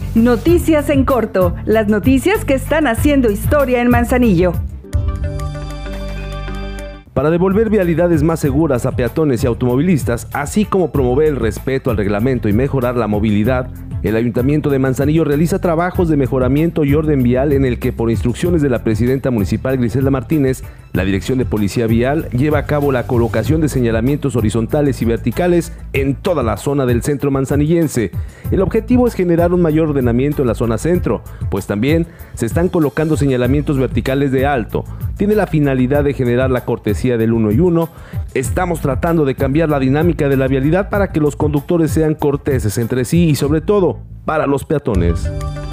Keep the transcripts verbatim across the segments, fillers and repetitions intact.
Noticias en corto, las noticias que están haciendo historia en Manzanillo. Para devolver vialidades más seguras a peatones y automovilistas, así como promover el respeto al reglamento y mejorar la movilidad, el Ayuntamiento de Manzanillo realiza trabajos de mejoramiento y orden vial en el que, por instrucciones de la presidenta municipal Griselda Martínez, la Dirección de Policía Vial lleva a cabo la colocación de señalamientos horizontales y verticales en toda la zona del centro manzanillense. El objetivo es generar un mayor ordenamiento en la zona centro, pues también se están colocando señalamientos verticales de alto. Tiene la finalidad de generar la cortesía del uno y uno. Estamos tratando de cambiar la dinámica de la vialidad para que los conductores sean corteses entre sí y sobre todo para los peatones.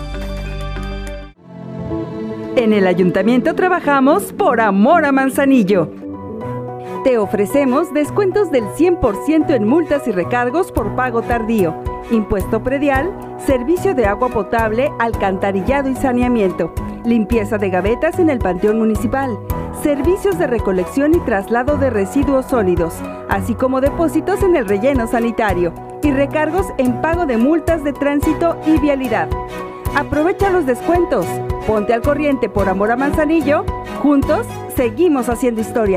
En el Ayuntamiento trabajamos por amor a Manzanillo. Te ofrecemos descuentos del cien por ciento en multas y recargos por pago tardío, impuesto predial, servicio de agua potable, alcantarillado y saneamiento, limpieza de gavetas en el Panteón Municipal, servicios de recolección y traslado de residuos sólidos, así como depósitos en el relleno sanitario y recargos en pago de multas de tránsito y vialidad. Aprovecha los descuentos, ponte al corriente por amor a Manzanillo, juntos seguimos haciendo historia.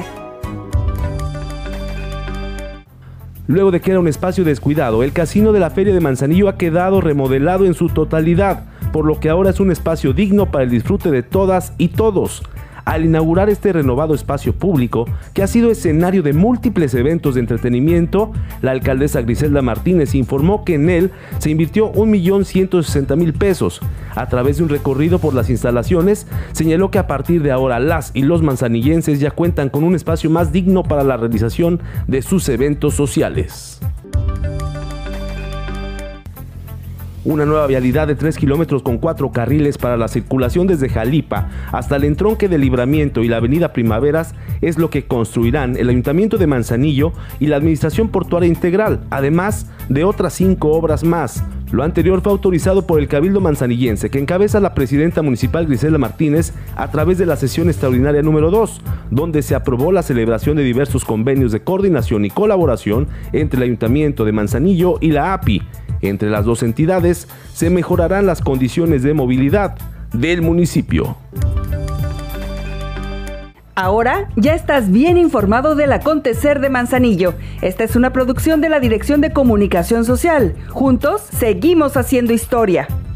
Luego de que era un espacio descuidado, el casino de la Feria de Manzanillo ha quedado remodelado en su totalidad, por lo que ahora es un espacio digno para el disfrute de todas y todos. Al inaugurar este renovado espacio público, que ha sido escenario de múltiples eventos de entretenimiento, la alcaldesa Griselda Martínez informó que en él se invirtió un millón ciento sesenta mil pesos. A través de un recorrido por las instalaciones, señaló que a partir de ahora las y los manzanillenses ya cuentan con un espacio más digno para la realización de sus eventos sociales. Una nueva vialidad de tres kilómetros con cuatro carriles para la circulación desde Jalipa hasta el entronque de Libramiento y la avenida Primaveras es lo que construirán el Ayuntamiento de Manzanillo y la Administración Portuaria Integral, además de otras cinco obras más. Lo anterior fue autorizado por el Cabildo Manzanillense, que encabeza la presidenta municipal Griselda Martínez a través de la sesión extraordinaria número dos, donde se aprobó la celebración de diversos convenios de coordinación y colaboración entre el Ayuntamiento de Manzanillo y la A P I. Entre las dos entidades se mejorarán las condiciones de movilidad del municipio. Ahora ya estás bien informado del acontecer de Manzanillo. Esta es una producción de la Dirección de Comunicación Social. Juntos seguimos haciendo historia.